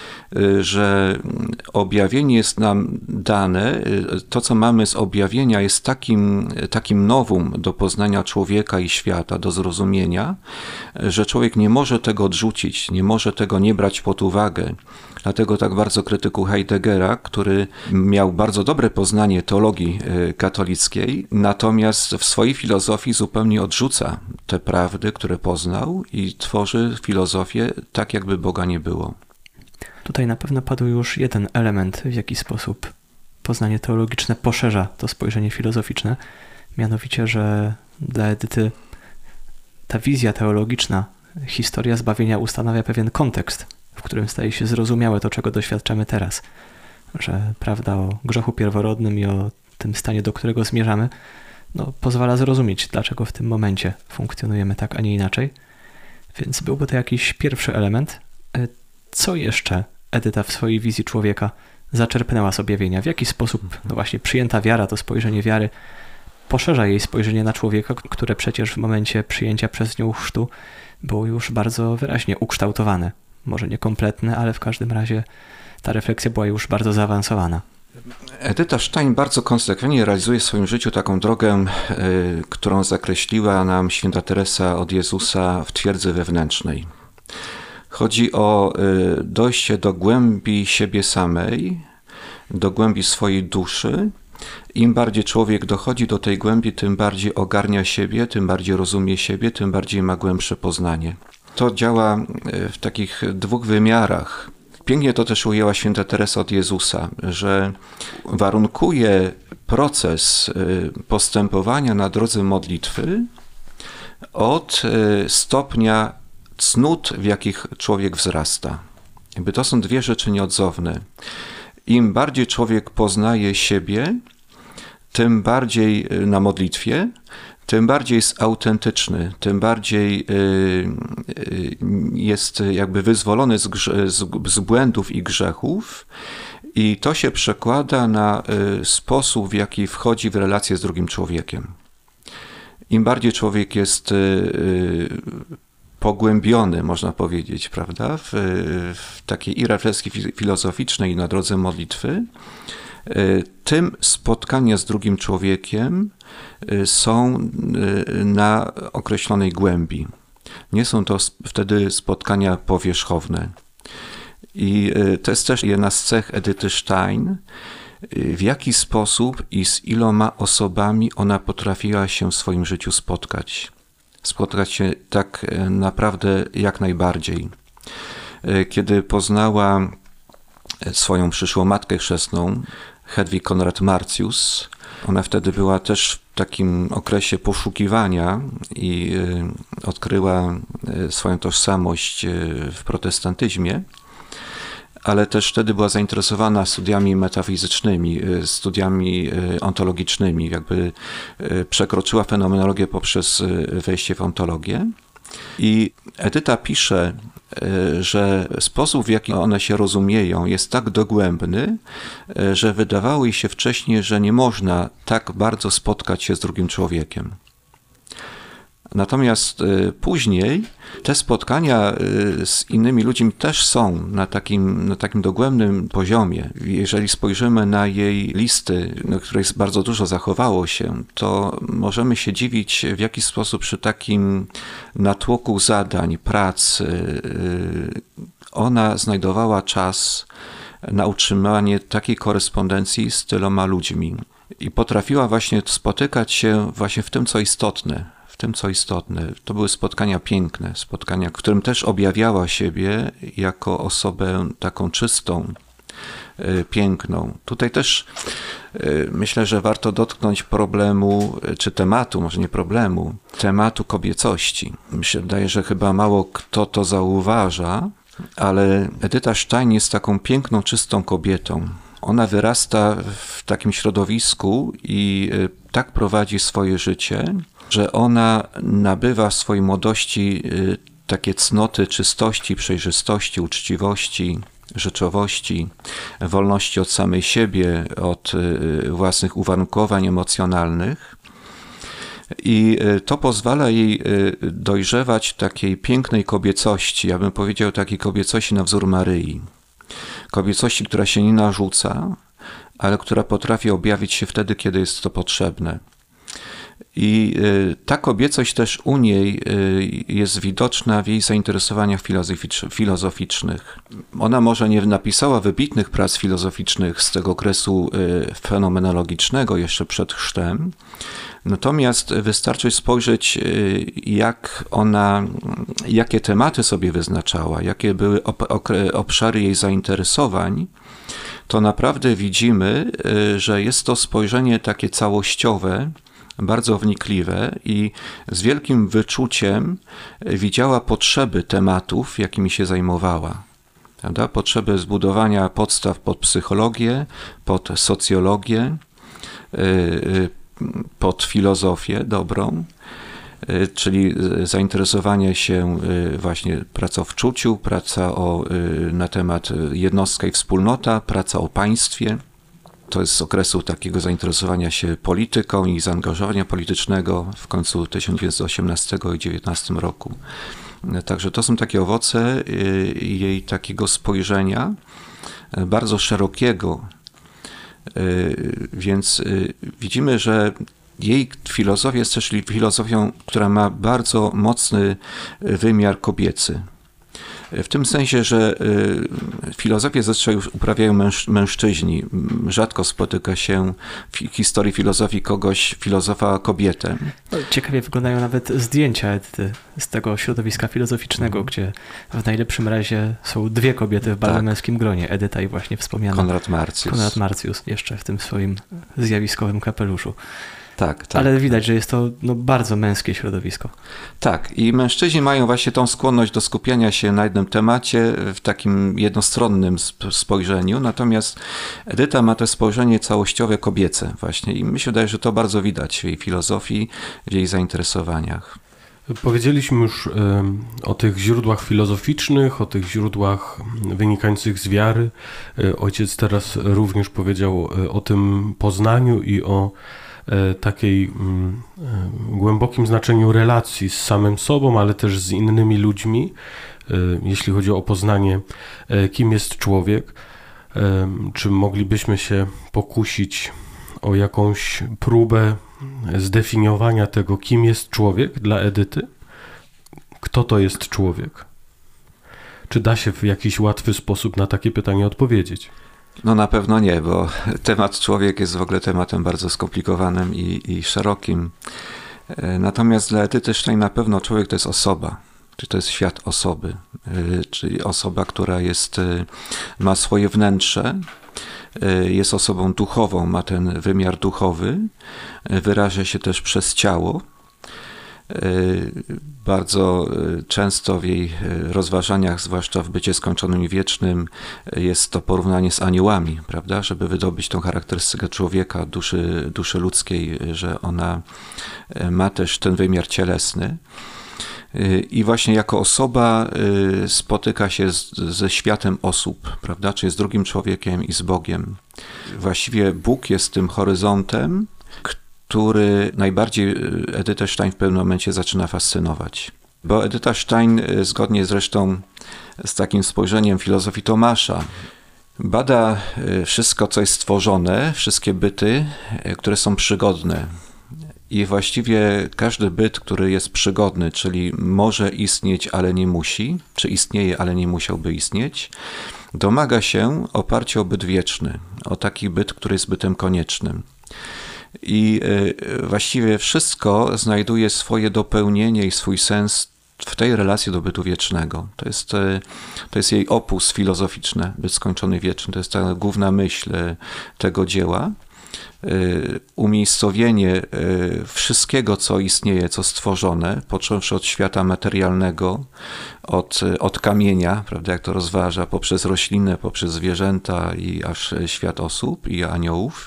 że objawienie jest nam dane, to co mamy z objawienia jest takim, takim nowum do poznania człowieka i świata, do zrozumienia, że człowiek nie może tego odrzucić, nie może tego nie brać pod uwagę. Dlatego tak bardzo krytykuję Heideggera, który miał bardzo dobre poznanie teologii katolickiej, natomiast w swojej filozofii zupełnie odrzuca te prawdy, które poznał i tworzy filozofię tak, jakby Boga nie było. Tutaj na pewno padł już jeden element, w jaki sposób poznanie teologiczne poszerza to spojrzenie filozoficzne, mianowicie, że dla Edyty ta wizja teologiczna, historia zbawienia ustanawia pewien kontekst, w którym staje się zrozumiałe to, czego doświadczamy teraz, że prawda o grzechu pierworodnym i o tym stanie, do którego zmierzamy, no, pozwala zrozumieć, dlaczego w tym momencie funkcjonujemy tak, a nie inaczej. Więc byłby to jakiś pierwszy element. Co jeszcze Edyta w swojej wizji człowieka zaczerpnęła z objawienia? W jaki sposób no właśnie przyjęta wiara, to spojrzenie wiary poszerza jej spojrzenie na człowieka, które przecież w momencie przyjęcia przez nią chrztu było już bardzo wyraźnie ukształtowane. Może niekompletne, ale w każdym razie ta refleksja była już bardzo zaawansowana. Edyta Stein bardzo konsekwentnie realizuje w swoim życiu taką drogę, y, którą zakreśliła nam święta Teresa od Jezusa w twierdzy wewnętrznej. Chodzi o y, dojście do głębi siebie samej, do głębi swojej duszy. Im bardziej człowiek dochodzi do tej głębi, tym bardziej ogarnia siebie, tym bardziej rozumie siebie, tym bardziej ma głębsze poznanie. To działa w takich dwóch wymiarach. Pięknie to też ujęła święta Teresa od Jezusa, że warunkuje proces postępowania na drodze modlitwy od stopnia cnót, w jakich człowiek wzrasta. Jakby to są dwie rzeczy nieodzowne. Im bardziej człowiek poznaje siebie, tym bardziej na modlitwie, tym bardziej jest autentyczny, tym bardziej jest jakby wyzwolony z, grze- z błędów i grzechów i to się przekłada na sposób, w jaki wchodzi w relację z drugim człowiekiem. Im bardziej człowiek jest pogłębiony, można powiedzieć, prawda, w, w takiej i refleksji filozoficznej, i na drodze modlitwy, tym spotkania z drugim człowiekiem są na określonej głębi. Nie są to wtedy spotkania powierzchowne. I to jest też jedna z cech Edyty Stein, w jaki sposób i z iloma osobami ona potrafiła się w swoim życiu spotkać. Spotkać się tak naprawdę jak najbardziej. Kiedy poznała swoją przyszłą matkę chrzestną, Hedwig Konrad-Marcius, ona wtedy była też w takim okresie poszukiwania i odkryła swoją tożsamość w protestantyzmie, ale też wtedy była zainteresowana studiami metafizycznymi, studiami ontologicznymi, jakby przekroczyła fenomenologię poprzez wejście w ontologię. I Edyta pisze, że sposób, w jaki one się rozumieją, jest tak dogłębny, że wydawało jej się wcześniej, że nie można tak bardzo spotkać się z drugim człowiekiem. Natomiast później te spotkania z innymi ludźmi też są na takim, na takim dogłębnym poziomie. Jeżeli spojrzymy na jej listy, na których bardzo dużo zachowało się, to możemy się dziwić, w jaki sposób przy takim natłoku zadań, prac ona znajdowała czas na utrzymanie takiej korespondencji z tyloma ludźmi. I potrafiła właśnie spotykać się właśnie w tym, co istotne. W tym, co istotne. To były spotkania piękne, spotkania, w którym też objawiała siebie jako osobę taką czystą, piękną. Tutaj też myślę, że warto dotknąć problemu, czy tematu, może nie problemu, tematu kobiecości. Mi się wydaje, że chyba mało kto to zauważa, ale Edyta Stein jest taką piękną, czystą kobietą. Ona wyrasta w takim środowisku i tak prowadzi swoje życie, że ona nabywa w swojej młodości takie cnoty czystości, przejrzystości, uczciwości, rzeczowości, wolności od samej siebie, od własnych uwarunkowań emocjonalnych. I to pozwala jej dojrzewać takiej pięknej kobiecości, ja bym powiedział takiej kobiecości na wzór Maryi. Kobiecości, która się nie narzuca, ale która potrafi objawić się wtedy, kiedy jest to potrzebne. I ta kobiecość też u niej jest widoczna w jej zainteresowaniach filozoficznych. Ona może nie napisała wybitnych prac filozoficznych z tego okresu fenomenologicznego jeszcze przed chrztem, natomiast wystarczy spojrzeć, jak ona, jakie tematy sobie wyznaczała, jakie były obszary jej zainteresowań, to naprawdę widzimy, że jest to spojrzenie takie całościowe, bardzo wnikliwe i z wielkim wyczuciem widziała potrzeby tematów, jakimi się zajmowała. Prawda? Potrzeby zbudowania podstaw pod psychologię, pod socjologię, pod filozofię dobrą, czyli zainteresowanie się właśnie pracą w czuciu, praca o, na temat jednostka i wspólnota, praca o państwie. To jest z okresu takiego zainteresowania się polityką i zaangażowania politycznego w końcu tysiąc dziewięćset osiemnastego i dziewiętnastego roku. Także to są takie owoce jej takiego spojrzenia bardzo szerokiego. Więc widzimy, że jej filozofia jest też filozofią, która ma bardzo mocny wymiar kobiecy. W tym sensie, że filozofię zazwyczaj uprawiają męż, mężczyźni. Rzadko spotyka się w historii filozofii kogoś, filozofa kobietę. Ciekawie wyglądają nawet zdjęcia Edyty z tego środowiska filozoficznego, mm. gdzie w najlepszym razie są dwie kobiety w bardzo tak. męskim gronie. Edyta i właśnie wspomniana Konrad Marcius. Konrad Marcius jeszcze w tym swoim zjawiskowym kapeluszu. Tak, tak. Ale widać, że jest to no, bardzo męskie środowisko. Tak, i mężczyźni mają właśnie tą skłonność do skupiania się na jednym temacie w takim jednostronnym spojrzeniu, natomiast Edyta ma to spojrzenie całościowe kobiece właśnie i mi się wydaje, że to bardzo widać w jej filozofii, w jej zainteresowaniach. Powiedzieliśmy już o tych źródłach filozoficznych, o tych źródłach wynikających z wiary. Ojciec teraz również powiedział o tym poznaniu i o takiej głębokim znaczeniu relacji z samym sobą, ale też z innymi ludźmi, jeśli chodzi o poznanie, kim jest człowiek. Czy moglibyśmy się pokusić o jakąś próbę zdefiniowania tego, kim jest człowiek dla Edyty? Kto to jest człowiek? Czy da się w jakiś łatwy sposób na takie pytanie odpowiedzieć? No na pewno nie, bo temat człowiek jest w ogóle tematem bardzo skomplikowanym i, i szerokim. Natomiast dla Edyty Stein na pewno człowiek to jest osoba. Czy to jest świat osoby, czyli osoba, która jest, ma swoje wnętrze, jest osobą duchową, ma ten wymiar duchowy, wyraża się też przez ciało. Bardzo często w jej rozważaniach, zwłaszcza w bycie skończonym i wiecznym, jest to porównanie z aniołami, prawda? Żeby wydobyć tą charakterystykę człowieka, duszy, duszy ludzkiej, że ona ma też ten wymiar cielesny. I właśnie jako osoba spotyka się z, ze światem osób, prawda? Czy jest drugim człowiekiem i z Bogiem. Właściwie Bóg jest tym horyzontem, który najbardziej Edytę Stein w pewnym momencie zaczyna fascynować. Bo Edyta Stein, zgodnie zresztą z takim spojrzeniem filozofii Tomasza, bada wszystko, co jest stworzone, wszystkie byty, które są przygodne. I właściwie każdy byt, który jest przygodny, czyli może istnieć, ale nie musi, czy istnieje, ale nie musiałby istnieć, domaga się oparcia o byt wieczny, o taki byt, który jest bytem koniecznym. I właściwie wszystko znajduje swoje dopełnienie i swój sens w tej relacji do bytu wiecznego. To jest, to jest jej opus filozoficzny, byt skończony wieczny. To jest ta główna myśl tego dzieła. Umiejscowienie wszystkiego, co istnieje, co stworzone, począwszy od świata materialnego, od, od kamienia, prawda, jak to rozważa, poprzez roślinę, poprzez zwierzęta i aż świat osób i aniołów,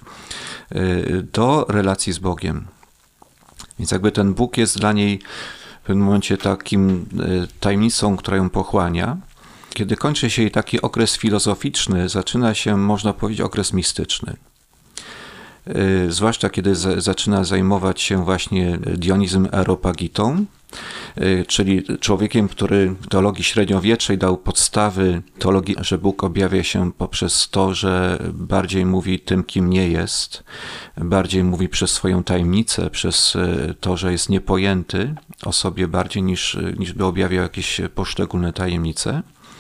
do relacji z Bogiem. Więc jakby ten Bóg jest dla niej w pewnym momencie takim tajemnicą, która ją pochłania. Kiedy kończy się jej taki okres filozoficzny, zaczyna się, można powiedzieć, okres mistyczny. Zwłaszcza kiedy z, zaczyna zajmować się właśnie Dionizem Areopagitą, czyli człowiekiem, który w teologii średniowiecznej dał podstawy teologii, że Bóg objawia się poprzez to, że bardziej mówi tym, kim nie jest, bardziej mówi przez swoją tajemnicę, przez to, że jest niepojęty o sobie bardziej niż, niż by objawiał jakieś poszczególne tajemnice.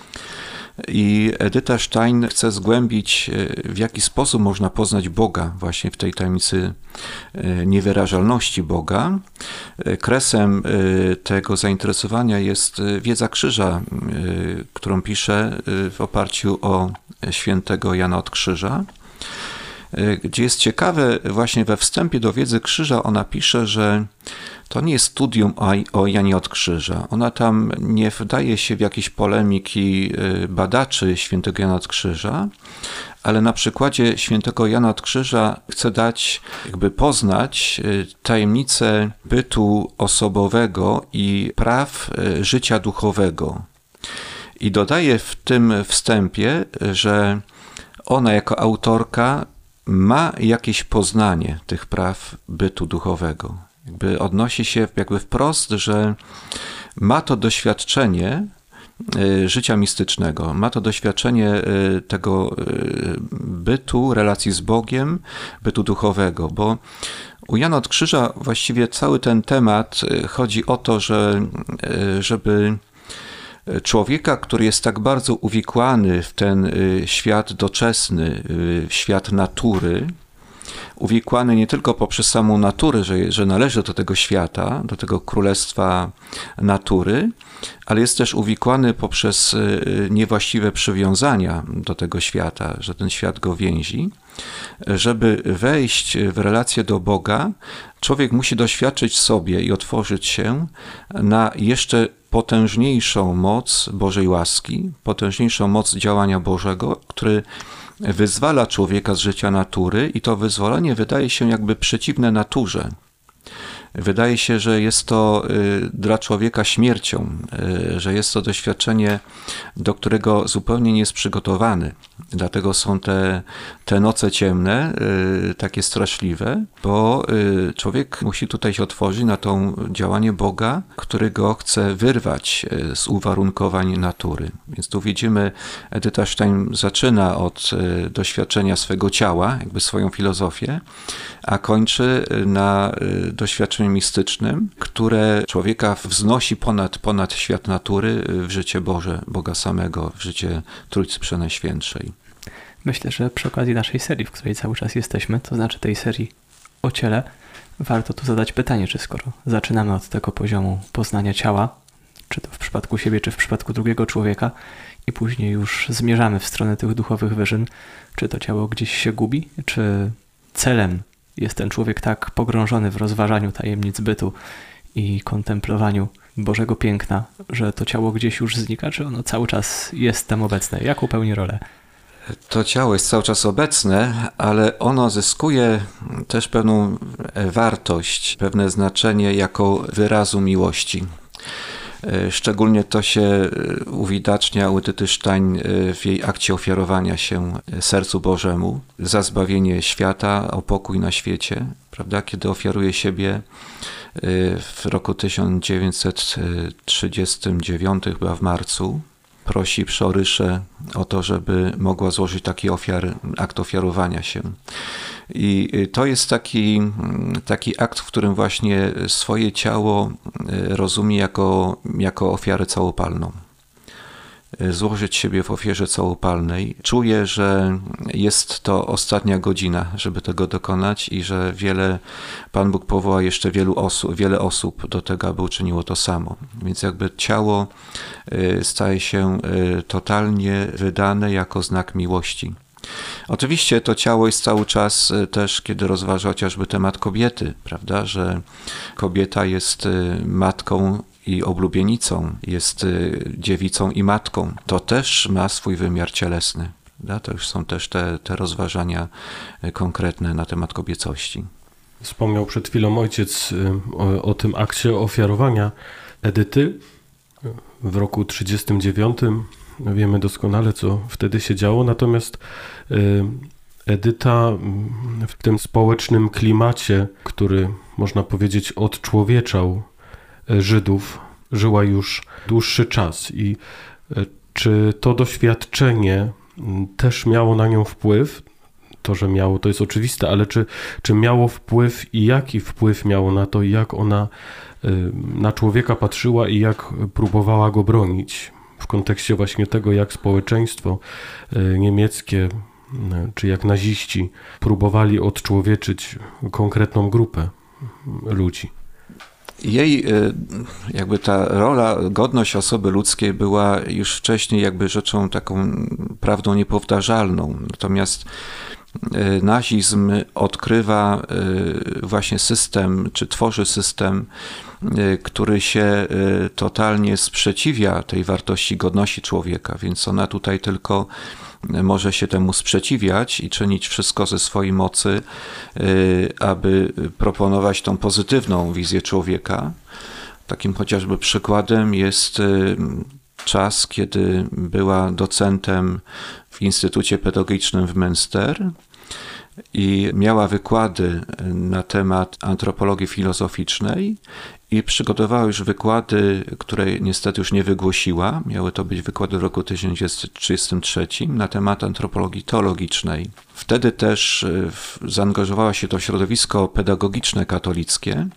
I Edyta Stein chce zgłębić, w jaki sposób można poznać Boga właśnie w tej tajemnicy niewyrażalności Boga. Kresem tego zainteresowania jest wiedza krzyża, którą pisze w oparciu o świętego Jana od Krzyża, gdzie jest ciekawe, właśnie we wstępie do wiedzy krzyża ona pisze, że to nie jest studium o Janie od Krzyża. Ona tam nie wdaje się w jakieś polemiki badaczy świętego Jana od Krzyża, ale na przykładzie świętego Jana od Krzyża chce dać, jakby poznać tajemnicę bytu osobowego i praw życia duchowego. I dodaje w tym wstępie, że ona jako autorka ma jakieś poznanie tych praw bytu duchowego. Jakby odnosi się jakby wprost, że ma to doświadczenie życia mistycznego, ma to doświadczenie tego bytu, relacji z Bogiem, bytu duchowego, bo u Jana od Krzyża właściwie cały ten temat chodzi o to, że żeby człowieka, który jest tak bardzo uwikłany w ten świat doczesny, w świat natury, uwikłany nie tylko poprzez samą naturę, że, że należy do tego świata, do tego królestwa natury, ale jest też uwikłany poprzez niewłaściwe przywiązania do tego świata, że ten świat go więzi. Żeby wejść w relację do Boga, człowiek musi doświadczyć sobie i otworzyć się na jeszcze potężniejszą moc Bożej łaski, potężniejszą moc działania Bożego, który wyzwala człowieka z życia natury i to wyzwolenie wydaje się jakby przeciwne naturze. Wydaje się, że jest to dla człowieka śmiercią, że jest to doświadczenie, do którego zupełnie nie jest przygotowany. Dlatego są te, te noce ciemne, takie straszliwe, bo człowiek musi tutaj się otworzyć na to działanie Boga, który go chce wyrwać z uwarunkowań natury. Więc tu widzimy, Edyta Stein zaczyna od doświadczenia swego ciała, jakby swoją filozofię, a kończy na doświadczeniu mistycznym, które człowieka wznosi ponad, ponad świat natury w życie Boże, Boga samego, w życie Trójcy Przenajświętszej. Myślę, że przy okazji naszej serii, w której cały czas jesteśmy, to znaczy tej serii o ciele, warto tu zadać pytanie, czy skoro zaczynamy od tego poziomu poznania ciała, czy to w przypadku siebie, czy w przypadku drugiego człowieka i później już zmierzamy w stronę tych duchowych wyżyn, czy to ciało gdzieś się gubi, czy celem jest ten człowiek tak pogrążony w rozważaniu tajemnic bytu i kontemplowaniu Bożego piękna, że to ciało gdzieś już znika, czy ono cały czas jest tam obecne? Jaką pełni rolę? To ciało jest cały czas obecne, ale ono zyskuje też pewną wartość, pewne znaczenie jako wyrazu miłości. Szczególnie to się uwidacznia u Edyty Stein w jej akcie ofiarowania się sercu Bożemu za zbawienie świata, o pokój na świecie, prawda? Kiedy ofiaruje siebie w roku tysiąc dziewięćset trzydziestym dziewiątym, chyba w marcu, prosi przeoryszę o to, żeby mogła złożyć taki ofiar, akt ofiarowania się. I to jest taki, taki akt, w którym właśnie swoje ciało rozumie jako, jako ofiarę całopalną. Złożyć siebie w ofierze całopalnej. Czuje, że jest to ostatnia godzina, żeby tego dokonać i że wiele, Pan Bóg powoła jeszcze wielu osób, wiele osób do tego, aby uczyniło to samo. Więc jakby ciało staje się totalnie wydane jako znak miłości. Oczywiście to ciało jest cały czas też, kiedy rozważa chociażby temat kobiety, prawda, że kobieta jest matką i oblubienicą, jest dziewicą i matką. To też ma swój wymiar cielesny. Prawda? To już są też te, te rozważania konkretne na temat kobiecości. Wspomniał przed chwilą ojciec o, o tym akcie ofiarowania Edyty w roku trzydziestym dziewiątym. Wiemy doskonale, co wtedy się działo, natomiast Edyta w tym społecznym klimacie, który można powiedzieć odczłowieczał Żydów, żyła już dłuższy czas. I czy to doświadczenie też miało na nią wpływ? To, że miało, to jest oczywiste, ale czy, czy miało wpływ i jaki wpływ miało na to, jak ona na człowieka patrzyła i jak próbowała go bronić? W kontekście właśnie tego, jak społeczeństwo niemieckie, czy jak naziści próbowali odczłowieczyć konkretną grupę ludzi. Jej jakby ta rola, godność osoby ludzkiej była już wcześniej jakby rzeczą taką prawdą niepowtarzalną. Natomiast nazizm odkrywa właśnie system, czy tworzy system, który się totalnie sprzeciwia tej wartości godności człowieka, więc ona tutaj tylko może się temu sprzeciwiać i czynić wszystko ze swojej mocy, aby proponować tą pozytywną wizję człowieka. Takim chociażby przykładem jest czas, kiedy była docentem w Instytucie Pedagogicznym w Münster i miała wykłady na temat antropologii filozoficznej i przygotowała już wykłady, które niestety już nie wygłosiła. Miały to być wykłady w roku tysiąc dziewięćset trzydziestym trzecim na temat antropologii teologicznej. Wtedy też zaangażowała się to środowisko pedagogiczne katolickie,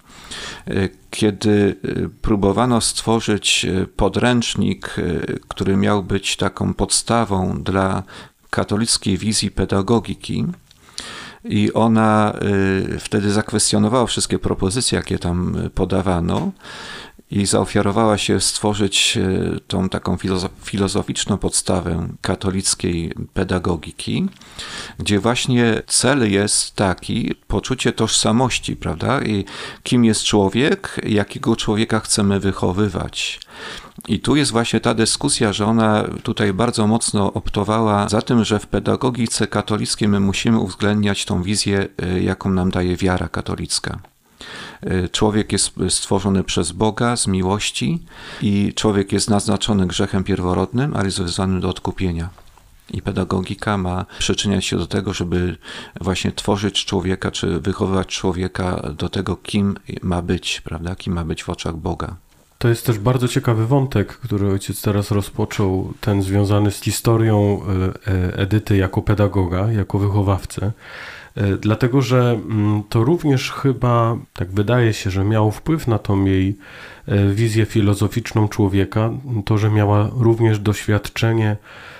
kiedy próbowano stworzyć podręcznik, który miał być taką podstawą dla katolickiej wizji pedagogiki. I ona y, wtedy zakwestionowała wszystkie propozycje, jakie tam podawano i zaofiarowała się stworzyć y, tą taką filozof- filozoficzną podstawę katolickiej pedagogiki, gdzie właśnie cel jest taki, poczucie tożsamości, prawda? I kim jest człowiek, jakiego człowieka chcemy wychowywać. I tu jest właśnie ta dyskusja, że ona tutaj bardzo mocno optowała za tym, że w pedagogice katolickiej my musimy uwzględniać tą wizję, jaką nam daje wiara katolicka. Człowiek jest stworzony przez Boga z miłości i człowiek jest naznaczony grzechem pierworodnym, ale jest wezwany do odkupienia. I pedagogika ma przyczyniać się do tego, żeby właśnie tworzyć człowieka, czy wychowywać człowieka do tego, kim ma być, prawda? Kim ma być w oczach Boga. To jest też bardzo ciekawy wątek, który ojciec teraz rozpoczął, ten związany z historią Edyty jako pedagoga, jako wychowawcę. Dlatego, że to również chyba, tak wydaje się, że miało wpływ na tą jej wizję filozoficzną człowieka, to, że miała również doświadczenie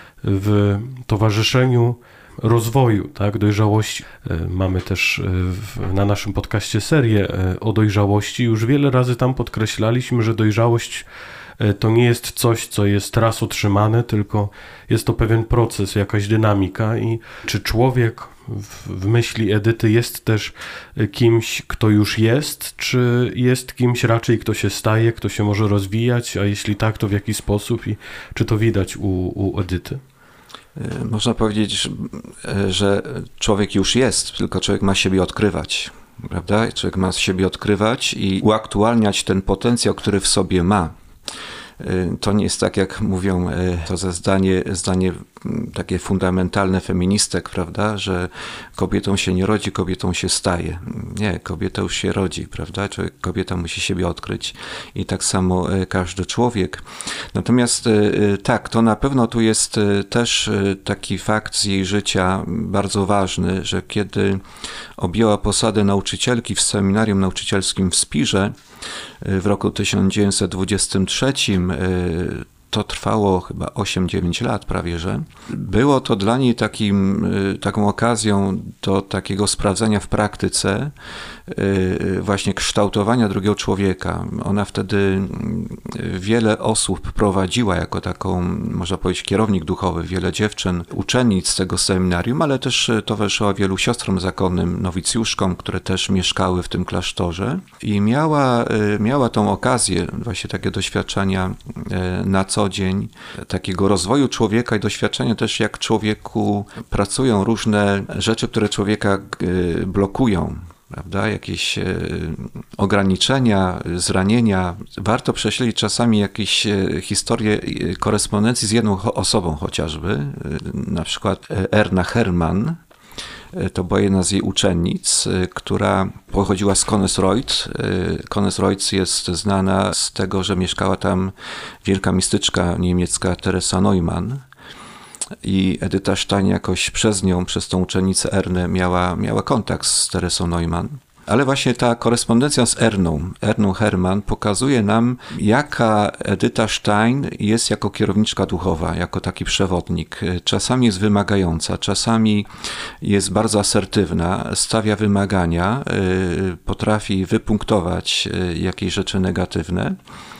w towarzyszeniu rozwoju, tak, dojrzałości. Mamy też w, na naszym podcaście serię o dojrzałości. Już wiele razy tam podkreślaliśmy, że dojrzałość to nie jest coś, co jest raz otrzymane, tylko jest to pewien proces, jakaś dynamika i czy człowiek w, w myśli Edyty jest też kimś, kto już jest, czy jest kimś raczej, kto się staje, kto się może rozwijać, a jeśli tak, to w jaki sposób i czy to widać u, u Edyty? Można powiedzieć, że człowiek już jest, tylko człowiek ma siebie odkrywać, prawda? Człowiek ma siebie odkrywać i uaktualniać ten potencjał, który w sobie ma. To nie jest tak, jak mówią, to ze zdanie, zdanie takie fundamentalne feministek, prawda, że kobietą się nie rodzi, kobietą się staje. Nie, kobieta już się rodzi, prawda, kobieta musi siebie odkryć i tak samo każdy człowiek. Natomiast tak, to na pewno tu jest też taki fakt z jej życia bardzo ważny, że kiedy objęła posadę nauczycielki w seminarium nauczycielskim w Spirze w roku tysiąc dziewięćset dwudziestym trzecim, to trwało chyba osiem dziewięć lat prawie, że. Było to dla niej takim, taką okazją do takiego sprawdzenia w praktyce właśnie kształtowania drugiego człowieka. Ona wtedy wiele osób prowadziła jako taką, można powiedzieć, kierownik duchowy, wiele dziewczyn, uczennic z tego seminarium, ale też towarzyszyła wielu siostrom zakonnym, nowicjuszkom, które też mieszkały w tym klasztorze i miała, miała tą okazję, właśnie takie doświadczenia na co dzień, takiego rozwoju człowieka i doświadczenia też, jak człowieku pracują różne rzeczy, które człowieka blokują. Prawda? Jakieś ograniczenia, zranienia. Warto prześledzić czasami jakieś historie korespondencji z jedną osobą chociażby, na przykład Erna Hermann. To była jedna z jej uczennic, która pochodziła z Konnesreuth. Konnesreuth jest znana z tego, że mieszkała tam wielka mistyczka niemiecka Teresa Neumann. I Edyta Stein jakoś przez nią, przez tą uczennicę Ernę miała, miała kontakt z Teresą Neumann. Ale właśnie ta korespondencja z Erną, Erną Hermann pokazuje nam, jaka Edyta Stein jest jako kierowniczka duchowa, jako taki przewodnik. Czasami jest wymagająca, czasami jest bardzo asertywna, stawia wymagania, potrafi wypunktować jakieś rzeczy negatywne.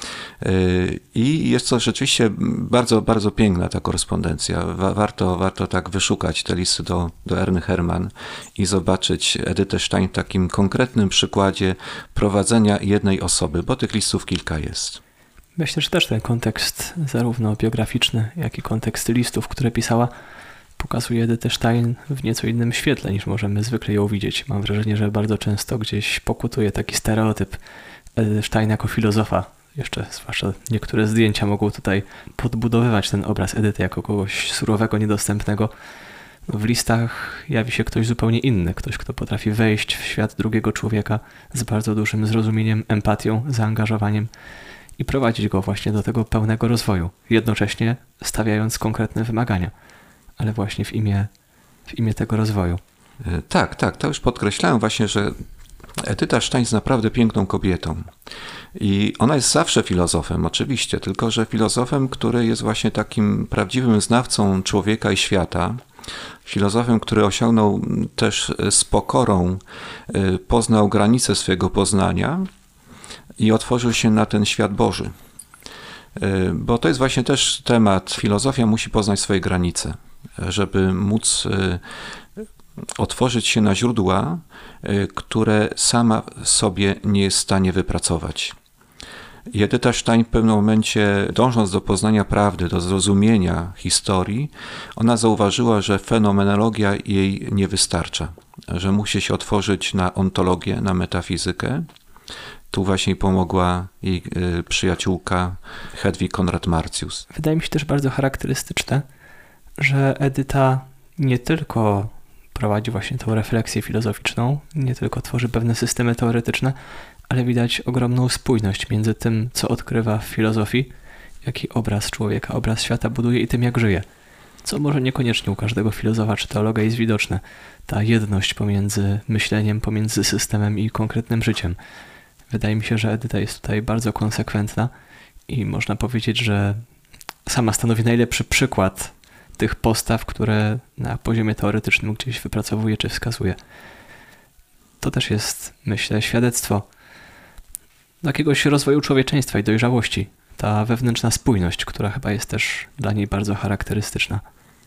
I jest to rzeczywiście bardzo, bardzo piękna ta korespondencja. Warto, warto tak wyszukać te listy do, do Erny Hermann i zobaczyć Edytę Stein w takim konkretnym przykładzie prowadzenia jednej osoby, bo tych listów kilka jest. Myślę, że też ten kontekst zarówno biograficzny, jak i kontekst listów, które pisała, pokazuje Edytę Stein w nieco innym świetle, niż możemy zwykle ją widzieć. Mam wrażenie, że bardzo często gdzieś pokutuje taki stereotyp Edyty Stein jako filozofa. Jeszcze zwłaszcza niektóre zdjęcia mogą tutaj podbudowywać ten obraz Edyty jako kogoś surowego, niedostępnego. W listach jawi się ktoś zupełnie inny, ktoś, kto potrafi wejść w świat drugiego człowieka z bardzo dużym zrozumieniem, empatią, zaangażowaniem i prowadzić go właśnie do tego pełnego rozwoju, jednocześnie stawiając konkretne wymagania, ale właśnie w imię, w imię tego rozwoju. Tak, tak, to już podkreślałem właśnie, że Edyta Stein jest naprawdę piękną kobietą i ona jest zawsze filozofem, oczywiście, tylko że filozofem, który jest właśnie takim prawdziwym znawcą człowieka i świata, filozofem, który osiągnął też z pokorą, poznał granice swojego poznania i otworzył się na ten świat Boży. Bo to jest właśnie też temat, filozofia musi poznać swoje granice, żeby móc otworzyć się na źródła, które sama sobie nie jest w stanie wypracować. I Edyta Stein w pewnym momencie, dążąc do poznania prawdy, do zrozumienia historii, ona zauważyła, że fenomenologia jej nie wystarcza, że musi się otworzyć na ontologię, na metafizykę. Tu właśnie pomogła jej przyjaciółka Hedwig Konrad-Martius. Wydaje mi się też bardzo charakterystyczne, że Edyta nie tylko prowadzi właśnie tą refleksję filozoficzną, nie tylko tworzy pewne systemy teoretyczne, ale widać ogromną spójność między tym, co odkrywa w filozofii, jaki obraz człowieka, obraz świata buduje i tym, jak żyje. Co może niekoniecznie u każdego filozofa czy teologa jest widoczne. Ta jedność pomiędzy myśleniem, pomiędzy systemem i konkretnym życiem. Wydaje mi się, że Edyta jest tutaj bardzo konsekwentna i można powiedzieć, że sama stanowi najlepszy przykład tych postaw, które na poziomie teoretycznym gdzieś wypracowuje czy wskazuje. To też jest, myślę, świadectwo jakiegoś rozwoju człowieczeństwa i dojrzałości. Ta wewnętrzna spójność, która chyba jest też dla niej bardzo charakterystyczna.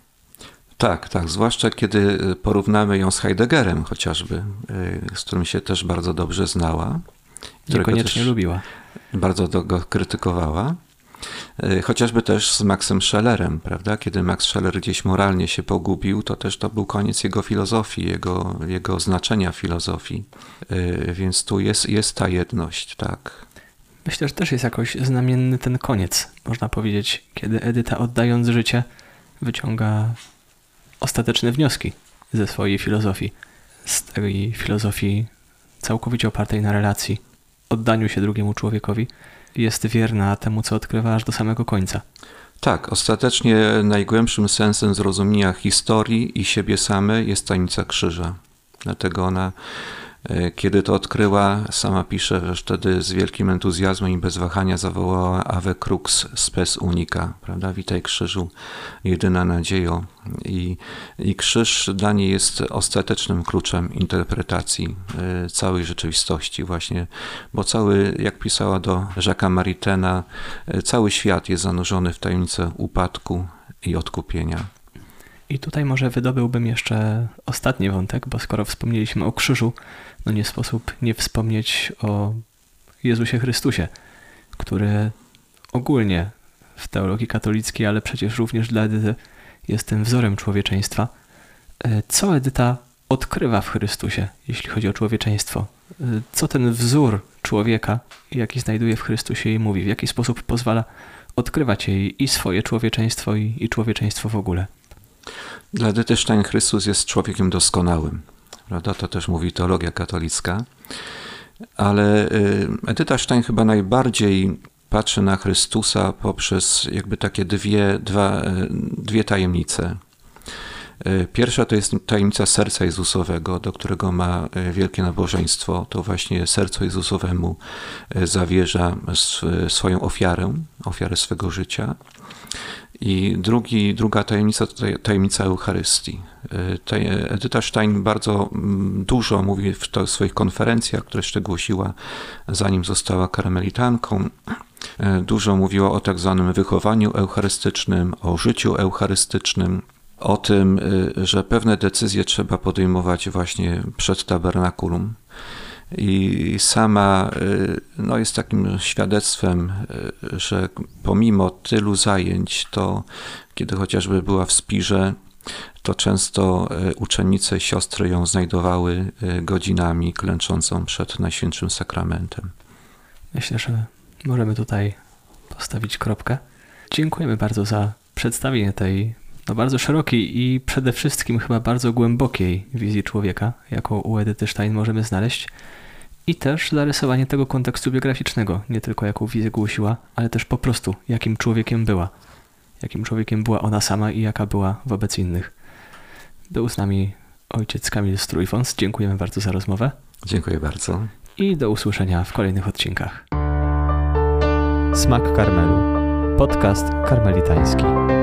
Tak, tak, zwłaszcza kiedy porównamy ją z Heideggerem chociażby, z którym się też bardzo dobrze znała. Niekoniecznie lubiła. Bardzo go krytykowała. Chociażby też z Maxem Schellerem, prawda? Kiedy Max Scheller gdzieś moralnie się pogubił, to też to był koniec jego filozofii, jego, jego znaczenia filozofii. Więc tu jest, jest ta jedność, tak. Myślę, że też jest jakoś znamienny ten koniec, można powiedzieć, kiedy Edyta, oddając życie, wyciąga ostateczne wnioski ze swojej filozofii. Z tej filozofii całkowicie opartej na relacji, oddaniu się drugiemu człowiekowi, jest wierna temu, co odkrywa aż do samego końca. Tak, ostatecznie najgłębszym sensem zrozumienia historii i siebie samej jest tajemnica krzyża. Dlatego ona, kiedy to odkryła, sama pisze, że wtedy z wielkim entuzjazmem i bez wahania zawołała Ave crux spes unica, prawda? Witaj krzyżu, jedyna nadziejo. I, i krzyż dla niej jest ostatecznym kluczem interpretacji y, całej rzeczywistości właśnie, bo cały, jak pisała do Jacques'a Maritaina, y, cały świat jest zanurzony w tajemnicę upadku i odkupienia. I tutaj może wydobyłbym jeszcze ostatni wątek, bo skoro wspomnieliśmy o krzyżu, no nie sposób nie wspomnieć o Jezusie Chrystusie, który ogólnie w teologii katolickiej, ale przecież również dla Edyty jest tym wzorem człowieczeństwa. Co Edyta odkrywa w Chrystusie, jeśli chodzi o człowieczeństwo? Co ten wzór człowieka, jaki znajduje w Chrystusie, jej mówi? W jaki sposób pozwala odkrywać jej i swoje człowieczeństwo, i, i człowieczeństwo w ogóle? Dla Edyty Stein Chrystus jest człowiekiem doskonałym. Prawda? To też mówi teologia katolicka. Ale Edyta Stein chyba najbardziej patrzy na Chrystusa poprzez jakby takie dwie, dwa, dwie tajemnice. Pierwsza to jest tajemnica serca Jezusowego, do którego ma wielkie nabożeństwo. To właśnie sercu Jezusowemu zawierza swoją ofiarę, ofiarę swego życia. I drugi, druga tajemnica to tajemnica Eucharystii. Edyta Stein bardzo dużo mówi w to, swoich konferencjach, które jeszcze głosiła, zanim została karmelitanką. Dużo mówiła o tak zwanym wychowaniu eucharystycznym, o życiu eucharystycznym, o tym, że pewne decyzje trzeba podejmować właśnie przed tabernakulum. I sama no, jest takim świadectwem, że pomimo tylu zajęć, to kiedy chociażby była w Spirze, to często uczennice i siostry ją znajdowały godzinami klęczącą przed Najświętszym Sakramentem. Myślę, że możemy tutaj postawić kropkę. Dziękujemy bardzo za przedstawienie tej no, bardzo szerokiej i przede wszystkim chyba bardzo głębokiej wizji człowieka, jaką u Edyty Stein możemy znaleźć. I też zarysowanie tego kontekstu biograficznego, nie tylko jaką wizję głosiła, ale też po prostu jakim człowiekiem była. Jakim człowiekiem była ona sama i jaka była wobec innych. Był z nami ojciec Kamil Strójfons. Dziękujemy bardzo za rozmowę. Dziękuję bardzo. I do usłyszenia w kolejnych odcinkach. Smak Karmelu. Podcast karmelitański.